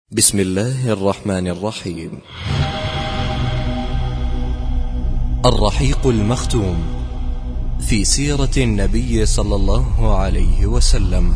بسم الله الرحمن الرحيم. الرحيق المختوم في سيرة النبي صلى الله عليه وسلم.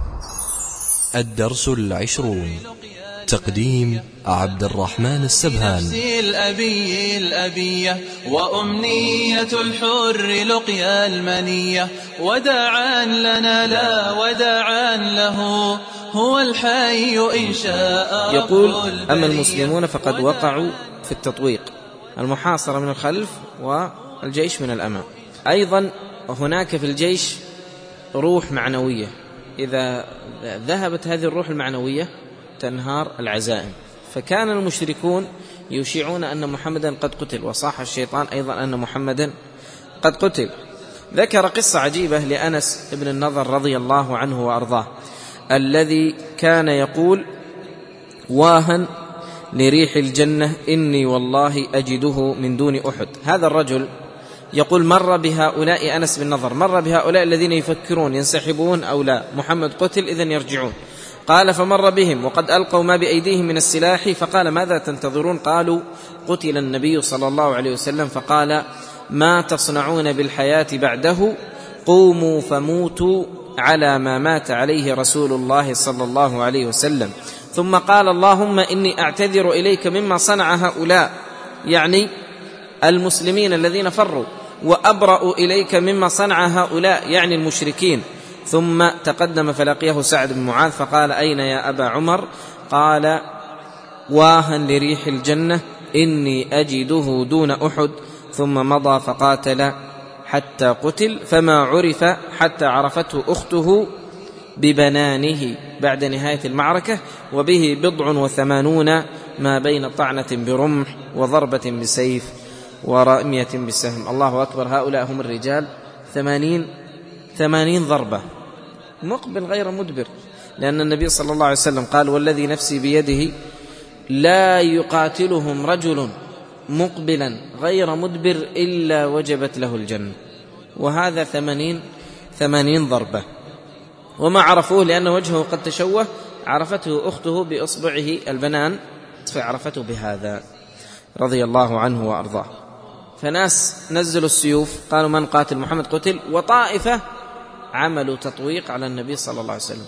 الدرس 20. تقديم عبد الرحمن السبهان. الأبية وأمنية الحر لقيا المنية، وداعا لنا لا وداعا له، هو الحي إن شاء. يقول: أما المسلمون فقد وقعوا في التطويق، المحاصرة من الخلف والجيش من الأمام. أيضا هناك في الجيش روح معنوية، إذا ذهبت هذه الروح المعنوية تنهار العزائم. فكان المشركون يشيعون أن محمدا قد قتل، وصاح الشيطان أيضا أن محمدا قد قتل. ذكر قصة عجيبة لأنس بن النضر رضي الله عنه وأرضاه، الذي كان يقول: واها لريح الجنة إني والله أجده من دون أحد. هذا الرجل يقول: مر بهؤلاء أنس بن نضر، مر بهؤلاء الذين يفكرون ينسحبون أو لا، محمد قتل إذن يرجعون. قال: فمر بهم وقد ألقوا ما بأيديهم من السلاح، فقال: ماذا تنتظرون؟ قالوا: قتل النبي صلى الله عليه وسلم. فقال: ما تصنعون بالحياة بعده؟ قوموا فموتوا على ما مات عليه رسول الله صلى الله عليه وسلم. ثم قال: اللهم إني أعتذر إليك مما صنع هؤلاء، يعني المسلمين الذين فروا، وأبرأ إليك مما صنع هؤلاء، يعني المشركين. ثم تقدم فلقيه سعد بن معاذ فقال: أين يا أبا عمر؟ قال: واها لريح الجنة إني أجده دون أحد. ثم مضى فقاتل حتى قتل، فما عرف حتى عرفته أخته ببنانه بعد نهاية المعركة، وبه 87 ما بين طعنة برمح وضربة بسيف ورمية بسهم. الله أكبر، هؤلاء هم الرجال. 80 ضربة، مقبل غير مدبر، لأن النبي صلى الله عليه وسلم قال: والذي نفسي بيده لا يقاتلهم رجل مقبلا غير مدبر إلا وجبت له الجنة. وهذا 80 ضربة. وما عرفوه لأن وجهه قد تشوه، عرفته أخته بإصبعه البنان، فعرفته بهذا رضي الله عنه وأرضاه. فناس نزلوا السيوف قالوا: من قاتل محمد قتل، وطائفة عملوا تطويق على النبي صلى الله عليه وسلم.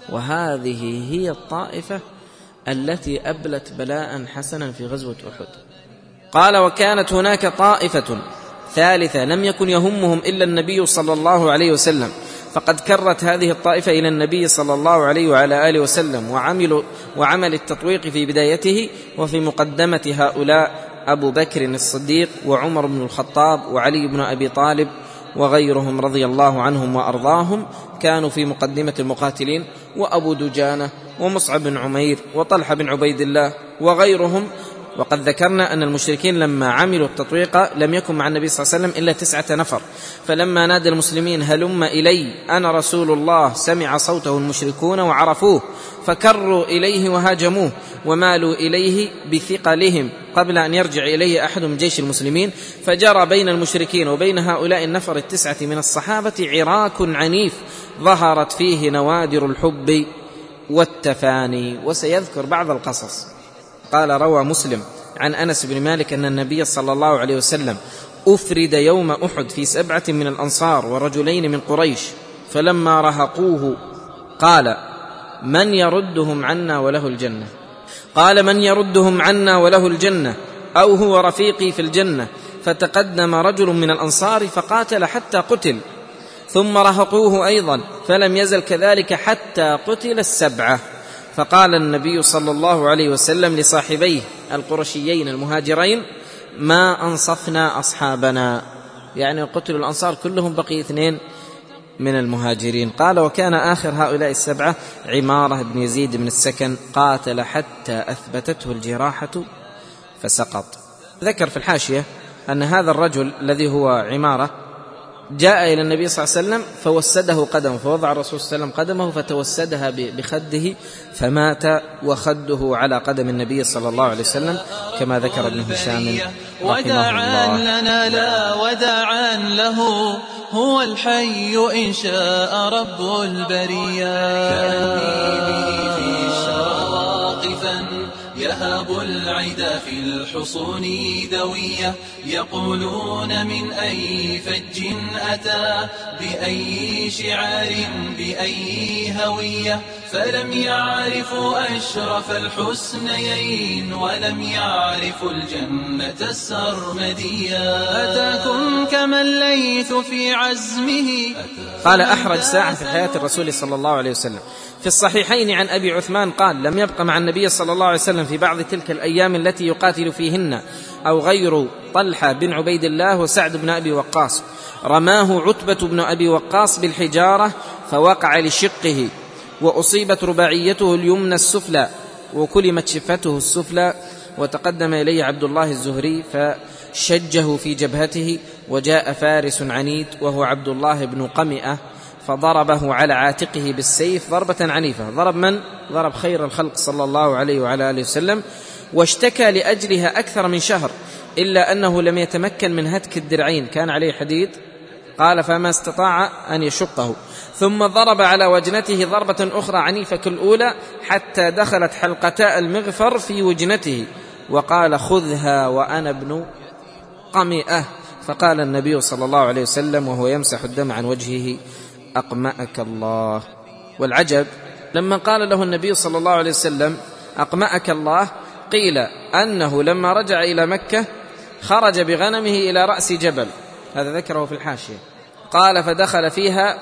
وهذه هي الطائفة التي أبلت بلاء حسنا في غزوة أحد. قال: وكانت هناك طائفة ثالثة لم يكن يهمهم إلا النبي صلى الله عليه وسلم، فقد كرت هذه الطائفة إلى النبي صلى الله عليه وعلى آله وسلم، وعمل التطويق في بدايته، وفي مقدمة هؤلاء أبو بكر الصديق وعمر بن الخطاب وعلي بن أبي طالب وغيرهم رضي الله عنهم وأرضاهم، كانوا في مقدمة المقاتلين، وأبو دجانة ومصعب بن عمير وطلحة بن عبيد الله وغيرهم. وقد ذكرنا أن المشركين لما عملوا التطويق لم يكن مع النبي صلى الله عليه وسلم إلا 9 نفر، فلما نادى المسلمين: هلم إلي أنا رسول الله، سمع صوته المشركون وعرفوه، فكروا إليه وهاجموه، ومالوا إليه بثقلهم قبل أن يرجع إليه أحد من جيش المسلمين. فجرى بين المشركين وبين هؤلاء النفر 9 من الصحابة عراك عنيف ظهرت فيه نوادر الحب والتفاني. وسيذكر بعض القصص. قال: روى مسلم عن أنس بن مالك أن النبي صلى الله عليه وسلم أفرد يوم أحد في 7 من الأنصار ورجلين من قريش، فلما رهقوه قال: من يردهم عنا وله الجنة؟ قال: من يردهم عنا وله الجنة، أو هو رفيقي في الجنة. فتقدم رجل من الأنصار فقاتل حتى قتل، ثم رهقوه أيضا، فلم يزل كذلك حتى قتل 7. فقال النبي صلى الله عليه وسلم لصاحبيه القرشيين المهاجرين: ما أنصفنا أصحابنا، يعني قتلوا الأنصار كلهم، بقي 2 من المهاجرين. قال: وكان آخر هؤلاء 7 عمارة بن يزيد بن السكن، قاتل حتى أثبتته الجراحة فسقط. ذكر في الحاشية أن هذا الرجل الذي هو عمارة جاء إلى النبي صلى الله عليه وسلم فوسده قدمه، فوضع الرسول صلى الله عليه وسلم قدمه فتوسدها بخده، فمات وخده على قدم النبي صلى الله عليه وسلم، كما ذكر ابن هشام رحمه الله. لنا لا وداعا له، هو الحي إن شاء رب البريات. كأني به في الشواقف عرفا يهاب العدا في الحصون دوية يقولون من أي فج أتى بأي شعار بأي هوية فلم يعرفوا أشرف الحسنيين ولم يعرفوا الجنة السرمدية أتاكم كما الليث في عزمه. قال أحرج ساعة في حياة الرسول صلى الله عليه وسلم. في الصحيحين عن أبي عثمان قال: لم يبق مع النبي صلى الله عليه وسلم في بعض تلك الأيام التي يقاتل فيهن أو غير طلحة بن عبيد الله وسعد بن أبي وقاص، رماه عتبة بن أبي وقاص بالحجارة فوقع لشقه، وأصيبت رباعيته اليمنى السفلى وكلمت شفته السفلى، وتقدم إليه عبد الله الزهري فشجه في جبهته، وجاء فارس عنيد وهو عبد الله بن قمئة فضربه على عاتقه بالسيف ضربة عنيفة. ضرب من؟ ضرب خير الخلق صلى الله عليه وعلى آله وسلم، واشتكى لأجلها أكثر من شهر، إلا أنه لم يتمكن من هتك الدرعين، كان عليه حديد. قال: فما استطاع أن يشقه، ثم ضرب على وجنته ضربة أخرى عنيفة كالأولى حتى دخلت حلقتا المغفر في وجنته، وقال: خذها وأنا ابن قمئة. فقال النبي صلى الله عليه وسلم وهو يمسح الدم عن وجهه: أقمأك الله. والعجب لما قال له النبي صلى الله عليه وسلم: أقمأك الله، قيل أنه لما رجع إلى مكة خرج بغنمه إلى رأس جبل، هذا ذكره في الحاشية، قال: فدخل فيها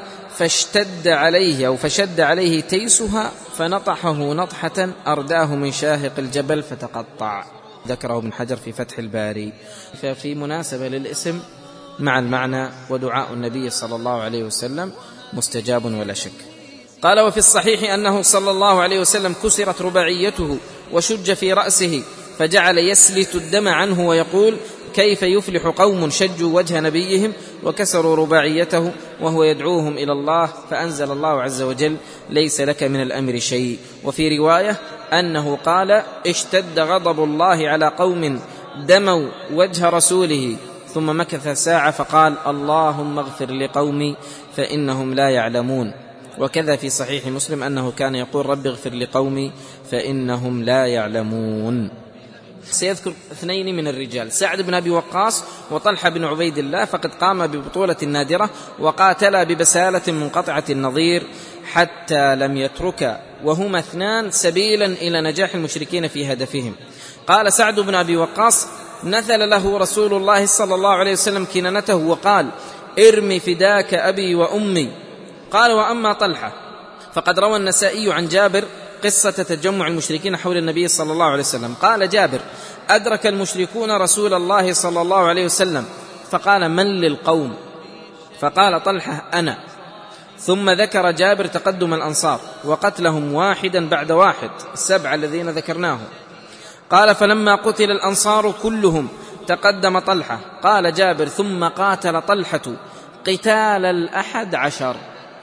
فشد عليه تيسها فنطحه نطحة أرداه من شاهق الجبل فتقطع، ذكره ابن حجر في فتح الباري. ففي مناسبة للاسم مع المعنى، ودعاء النبي صلى الله عليه وسلم مستجاب ولا شك. قال: وفي الصحيح أنه صلى الله عليه وسلم كسرت رباعيته وشج في رأسه، فجعل يسلت الدم عنه ويقول: كيف يفلح قوم شجوا وجه نبيهم وكسروا رباعيته وهو يدعوهم إلى الله، فأنزل الله عز وجل: ليس لك من الأمر شيء. وفي رواية أنه قال: اشتد غضب الله على قوم دموا وجه رسوله، ثم مكث ساعة فقال: اللهم اغفر لقومي فإنهم لا يعلمون. وكذا في صحيح مسلم أنه كان يقول: رب اغفر لقومي فإنهم لا يعلمون. سيذكر اثنين من الرجال، سعد بن أبي وقاص وطلحة بن عبيد الله، فقد قام ببطولة نادرة وقاتلا ببسالة منقطعة النظير حتى لم يتركا، وهما اثنان سبيلا إلى نجاح المشركين في هدفهم. قال سعد بن أبي وقاص: نثل له رسول الله صلى الله عليه وسلم كنانته وقال: ارمي فداك أبي وأمي. قال: وأما طلحة فقد روى النسائي عن جابر قصة تجمع المشركين حول النبي صلى الله عليه وسلم. قال جابر: أدرك المشركون رسول الله صلى الله عليه وسلم، فقال: من للقوم؟ فقال طلحة: أنا. ثم ذكر جابر تقدم الأنصار وقتلهم واحدا بعد واحد، 7 الذين ذكرناهم. قال: فلما قتل الأنصار كلهم تقدم طلحة. قال جابر: ثم قاتل طلحة قتال 11،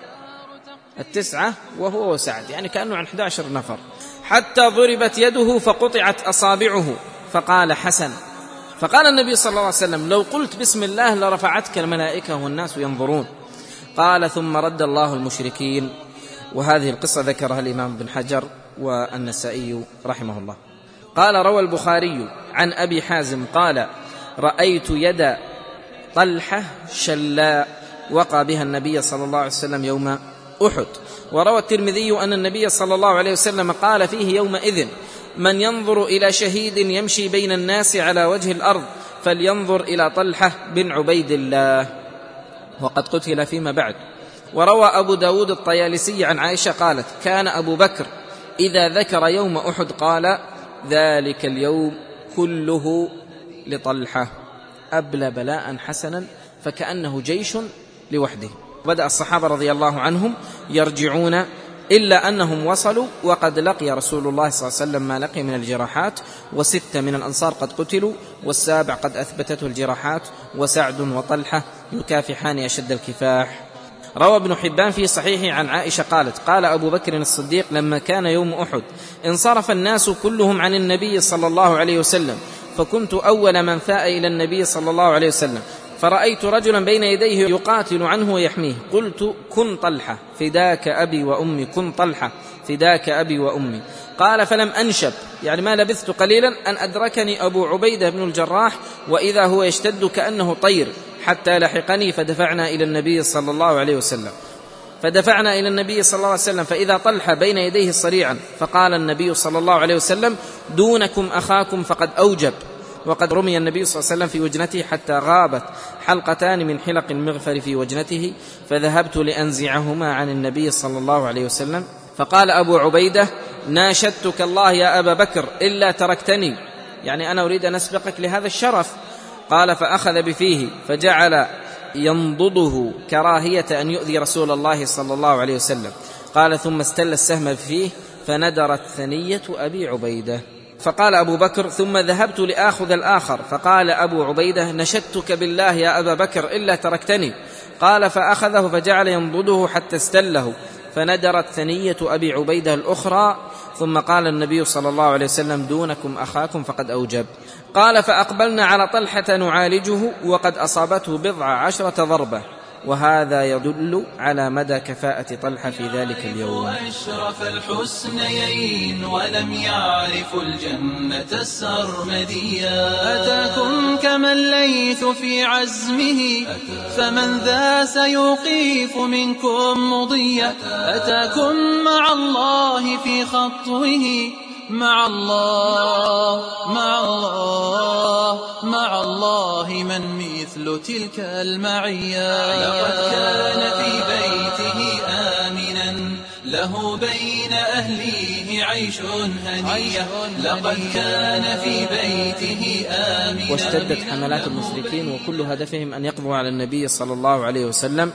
9 وهو وسعد، يعني كأنه عن 11 نفر، حتى ضربت يده فقطعت أصابعه، فقال: حسن. فقال النبي صلى الله عليه وسلم: لو قلت بسم الله لرفعتك الملائكة والناس ينظرون. قال: ثم رد الله المشركين. وهذه القصة ذكرها الإمام بن حجر والنسائي رحمه الله. قال: روى البخاري عن أبي حازم قال: رأيت يد طلحة شلاء وقى بها النبي صلى الله عليه وسلم يوم أحد. وروى الترمذي أن النبي صلى الله عليه وسلم قال فيه يومئذ: من ينظر إلى شهيد يمشي بين الناس على وجه الأرض فلينظر إلى طلحة بن عبيد الله، وقد قتل فيما بعد. وروى أبو داود الطيالسي عن عائشة قالت: كان أبو بكر إذا ذكر يوم أحد قال: ذلك اليوم كله لطلحة، أبلى بلاء حسنا فكأنه جيش لوحده. بدأ الصحابة رضي الله عنهم يرجعون، إلا أنهم وصلوا وقد لقي رسول الله صلى الله عليه وسلم ما لقي من الجراحات، و6 من الأنصار قد قتلوا، وال7 قد أثبتته الجراحات، وسعد وطلحة يكافحان أشد الكفاح. روى ابن حبان في صحيحه عن عائشة قالت: قال أبو بكر الصديق لما كان يوم أحد انصرف الناس كلهم عن النبي صلى الله عليه وسلم، فكنت أول من فاء إلى النبي صلى الله عليه وسلم، فرأيت رجلا بين يديه يقاتل عنه ويحميه، قلت كن طلحة فداك أبي وأمي، كن طلحة فداك أبي وأمي. قال فلم أنشب، يعني ما لبثت قليلا أن أدركني أبو عبيدة بن الجراح وإذا هو يشتد كأنه طير حتى لحقني، فدفعنا إلى النبي صلى الله عليه وسلم فإذا طلحة بين يديه صريعا، فقال النبي صلى الله عليه وسلم دونكم أخاكم فقد أوجب. وقد رمي النبي صلى الله عليه وسلم في وجنته حتى غابت حلقتان من حلق المغفر في وجنته، فذهبت لأنزعهما عن النبي صلى الله عليه وسلم. فقال أبو عبيدة ناشدتك الله يا أبا بكر إلا تركتني، يعني أنا أريد أن أسبقك لهذا الشرف. قال فأخذ بفيه فجعل ينضضه كراهية أن يؤذي رسول الله صلى الله عليه وسلم. قال ثم استل السهم فيه فندرت ثنية أبي عبيدة. فقال أبو بكر ثم ذهبت لآخذ الآخر، فقال أبو عبيدة نشدتك بالله يا أبا بكر إلا تركتني. قال فأخذه فجعل ينضده حتى استله فندرت ثنية أبي عبيدة الأخرى، ثم قال النبي صلى الله عليه وسلم دونكم أخاكم فقد أوجب. قال فأقبلنا على طلحة نعالجه وقد أصابته 19 ضربة، وهذا يدل على مدى كفاءة طلحة في ذلك اليوم. وأشرف الحسنيين ولم يعرف الجنة السرمدية، أتاكم كما الليث في عزمه، فمن ذا سيوقف منكم مضية، أتاكم مع الله في خطوه، مع الله من مثل تلك المعية. لقد كان في بيته آمنا له بين أهله عيش هنية، لقد كان في بيته آمنا. واشتدت حملات المشركين وكل هدفهم أن يقضوا على النبي صلى الله عليه وسلم.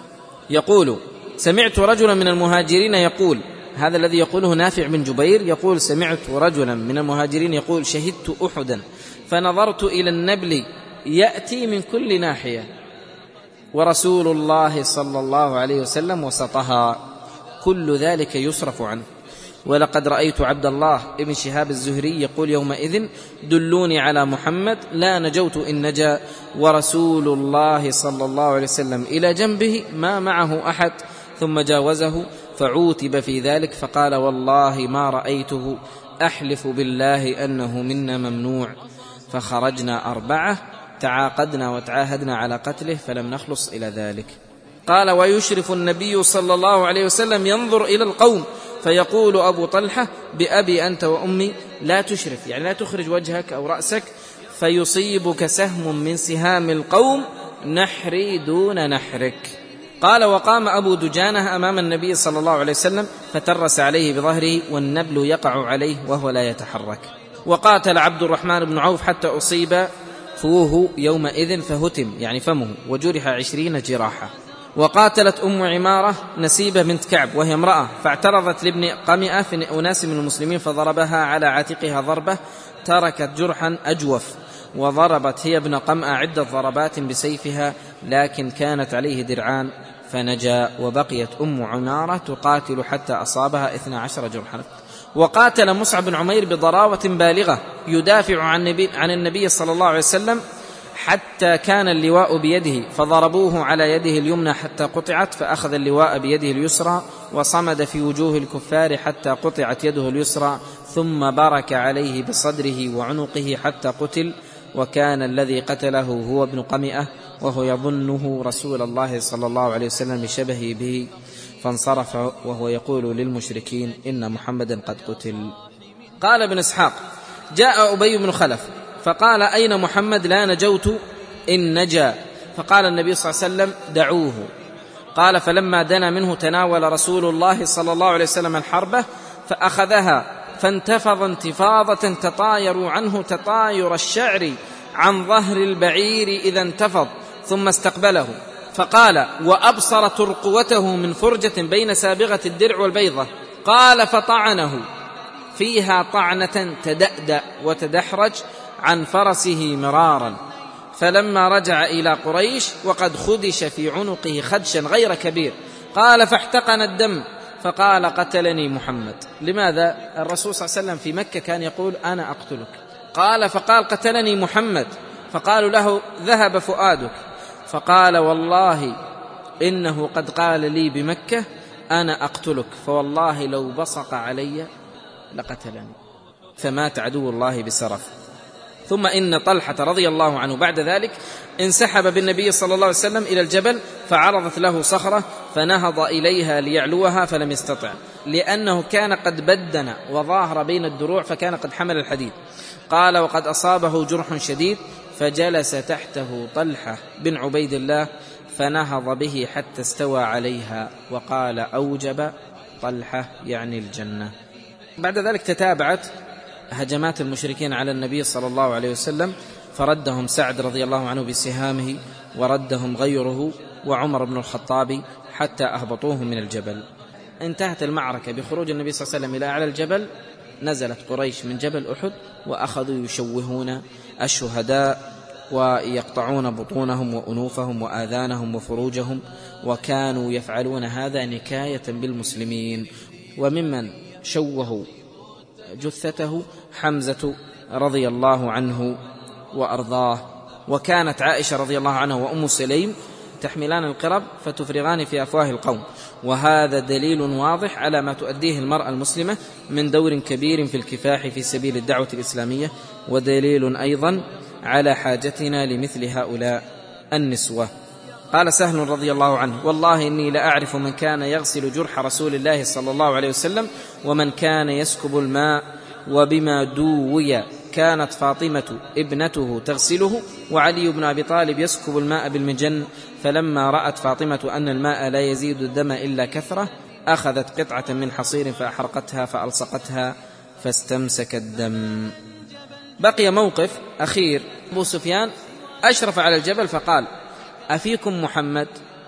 يقول سمعت رجلا من المهاجرين يقول، هذا الذي يقوله نافع بن جبير، يقول سمعت رجلا من المهاجرين يقول شهدت أحدا فنظرت إلى النبل يأتي من كل ناحية ورسول الله صلى الله عليه وسلم وسطها، كل ذلك يصرف عنه. ولقد رأيت عبد الله ابن شهاب الزهري يقول يومئذ دلوني على محمد لا نجوت إن نجا، ورسول الله صلى الله عليه وسلم إلى جنبه ما معه أحد، ثم جاوزه فعوتب في ذلك فقال والله ما رأيته، أحلف بالله أنه منا ممنوع. فخرجنا 4 تعاقدنا وتعاهدنا على قتله فلم نخلص إلى ذلك. قال ويشرف النبي صلى الله عليه وسلم ينظر إلى القوم فيقول أبو طلحة بأبي أنت وأمي لا تشرف، يعني لا تخرج وجهك أو رأسك، فيصيبك سهم من سهام القوم نحري دون نحرك. قال وقام أبو دجانة أمام النبي صلى الله عليه وسلم فترس عليه بظهره والنبل يقع عليه وهو لا يتحرك. وقاتل عبد الرحمن بن عوف حتى أصيب فوه يومئذ فهتم، يعني فمه، وجرح 20 جراحة. وقاتلت أم عمارة نسيبة بنت كعب وهي امرأة، فاعترضت لابن قمئة في أناس من المسلمين فضربها على عاتقها ضربة تركت جرحا أجوف، وضربت هي ابن قمئة عدة ضربات بسيفها لكن كانت عليه درعان فنجا. وبقيت أم عمارة تقاتل حتى أصابها 12 جرحا. وقاتل مصعب بن عمير بضراوة بالغة يدافع عن النبي صلى الله عليه وسلم حتى كان اللواء بيده، فضربوه على يده اليمنى حتى قطعت، فأخذ اللواء بيده اليسرى وصمد في وجوه الكفار حتى قطعت يده اليسرى، ثم برك عليه بصدره وعنقه حتى قتل. وكان الذي قتله هو ابن قمئة وهو يظنه رسول الله صلى الله عليه وسلم بشبهه به، فانصرف وهو يقول للمشركين إن محمدا قد قتل. قال ابن إسحاق جاء أبي بن خلف فقال أين محمد لا نجوت إن نجا، فقال النبي صلى الله عليه وسلم دعوه. قال فلما دنا منه تناول رسول الله صلى الله عليه وسلم الحربة فأخذها فانتفض انتفاضة تطاير عنه تطاير الشعر عن ظهر البعير إذا انتفض، ثم استقبله فقال وأبصر ترقوته من فرجة بين سابغة الدرع والبيضة. قال فطعنه فيها طعنة تدأدأ وتدحرج عن فرسه مرارا، فلما رجع إلى قريش وقد خدش في عنقه خدشا غير كبير قال فاحتقن الدم، فقال قتلني محمد. لماذا؟ الرسول صلى الله عليه وسلم في مكة كان يقول أنا أقتلك. قال فقال قتلني محمد، فقالوا له ذهب فؤادك، فقال والله إنه قد قال لي بمكة أنا أقتلك، فوالله لو بصق علي لقتلني، فمات عدو الله بسرف. ثم إن طلحة رضي الله عنه بعد ذلك انسحب بالنبي صلى الله عليه وسلم إلى الجبل، فعرضت له صخرة فنهض إليها ليعلوها فلم يستطع، لأنه كان قد بدن وظاهر بين الدروع فكان قد حمل الحديد. قال وقد أصابه جرح شديد، فجلس تحته طلحة بن عبيد الله فنهض به حتى استوى عليها، وقال أوجب طلحة يعني الجنة. بعد ذلك تتابعت هجمات المشركين على النبي صلى الله عليه وسلم، فردهم سعد رضي الله عنه بسهامه، وردهم غيره وعمر بن الخطاب حتى أهبطوه من الجبل. انتهت المعركة بخروج النبي صلى الله عليه وسلم إلى أعلى الجبل. نزلت قريش من جبل أحد وأخذوا يشوهون الشهداء ويقطعون بطونهم وأنوفهم وآذانهم وفروجهم، وكانوا يفعلون هذا نكاية بالمسلمين. وممن شوهوا جثته حمزة رضي الله عنه وأرضاه. وكانت عائشة رضي الله عنها وأم سليم تحملان القرب فتفرغان في أفواه القوم، وهذا دليل واضح على ما تؤديه المرأة المسلمة من دور كبير في الكفاح في سبيل الدعوة الإسلامية، ودليل أيضا على حاجتنا لمثل هؤلاء النسوة. قال سهل رضي الله عنه والله إني لأعرف من كان يغسل جرح رسول الله صلى الله عليه وسلم ومن كان يسكب الماء، وبما دوي كانت فاطمة ابنته تغسله وعلي بن أبي طالب يسكب الماء بالمجن، فلما رأت فاطمة أن الماء لا يزيد الدم إلا كثرة أخذت قطعة من حصير فأحرقتها فألصقتها فاستمسك الدم. بقي موقف أخير. أبو سفيان أشرف على الجبل فقال أفيكم محمد؟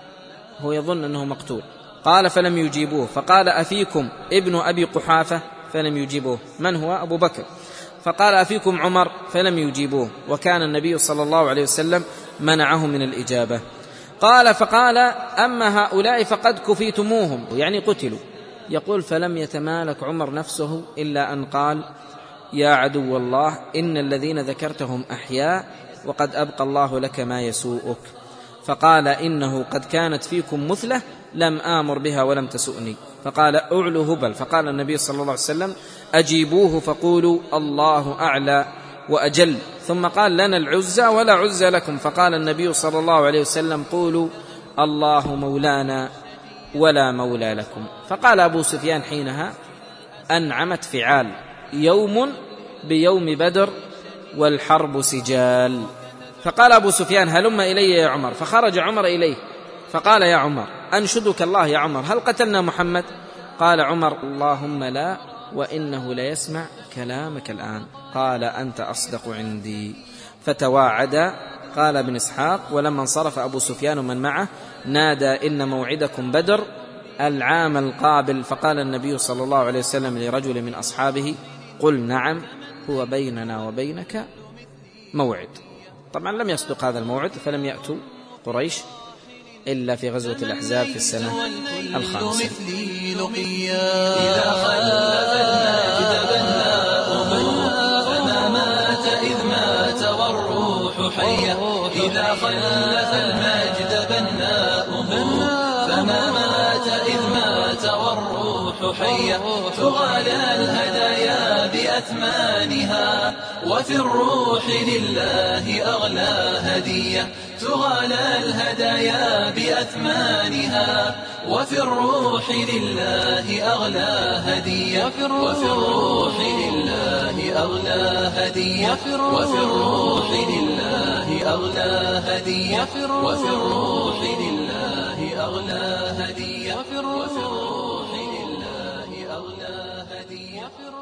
هو يظن أنه مقتول. قال فلم يجيبوه. فقال أفيكم ابن أبي قحافة؟ فلم يجيبوه. من هو؟ أبو بكر. فقال أفيكم عمر؟ فلم يجيبوه، وكان النبي صلى الله عليه وسلم منعهم من الإجابة. قال فقال أما هؤلاء فقد كفيتموهم، يعني قتلوا. يقول فلم يتمالك عمر نفسه إلا أن قال يا عدو الله إن الذين ذكرتهم أحياء وقد أبقى الله لك ما يسوءك. فقال إنه قد كانت فيكم مثلة لم آمر بها ولم تسؤني. فقال أعلو هبل. فقال النبي صلى الله عليه وسلم أجيبوه فقولوا الله أعلى وأجل. ثم قال لنا العزى ولا عزى لكم. فقال النبي صلى الله عليه وسلم قولوا الله مولانا ولا مولى لكم. فقال أبو سفيان حينها أنعمت فعال، يوم بيوم بدر والحرب سجال. فقال أبو سفيان هلم إلي يا عمر. فخرج عمر إليه فقال يا عمر أنشدك الله يا عمر هل قتلنا محمد؟ قال عمر اللهم لا، وإنه ليسمع كلامك الآن. قال أنت أصدق عندي. فتواعدا. قال ابن إسحاق ولما انصرف أبو سفيان من معه نادى إن موعدكم بدر العام القابل. فقال النبي صلى الله عليه وسلم لرجل من أصحابه قل نعم هو بيننا وبينك موعد. طبعا لم يصدق هذا الموعد، فلم يأتوا قريش إلا في غزوة الأحزاب في السنة الخامسة. إذا خلف المجد بناؤه فما مات إذ مات والروح حية. إذا خلف المجد بناؤه فما مات إذ مات والروح حية. تغالى الهدايا بأثمانها وفي الروح لله أغلى هدية. تغالى الهدايا بأثمانها وفي الروح لله أغلى هدية. وفي الروح لله أغلى هدية. وفي الروح لله أغلى هدية. وفي الروح لله أغلى هدية. وفي الروح لله أغلى هدية.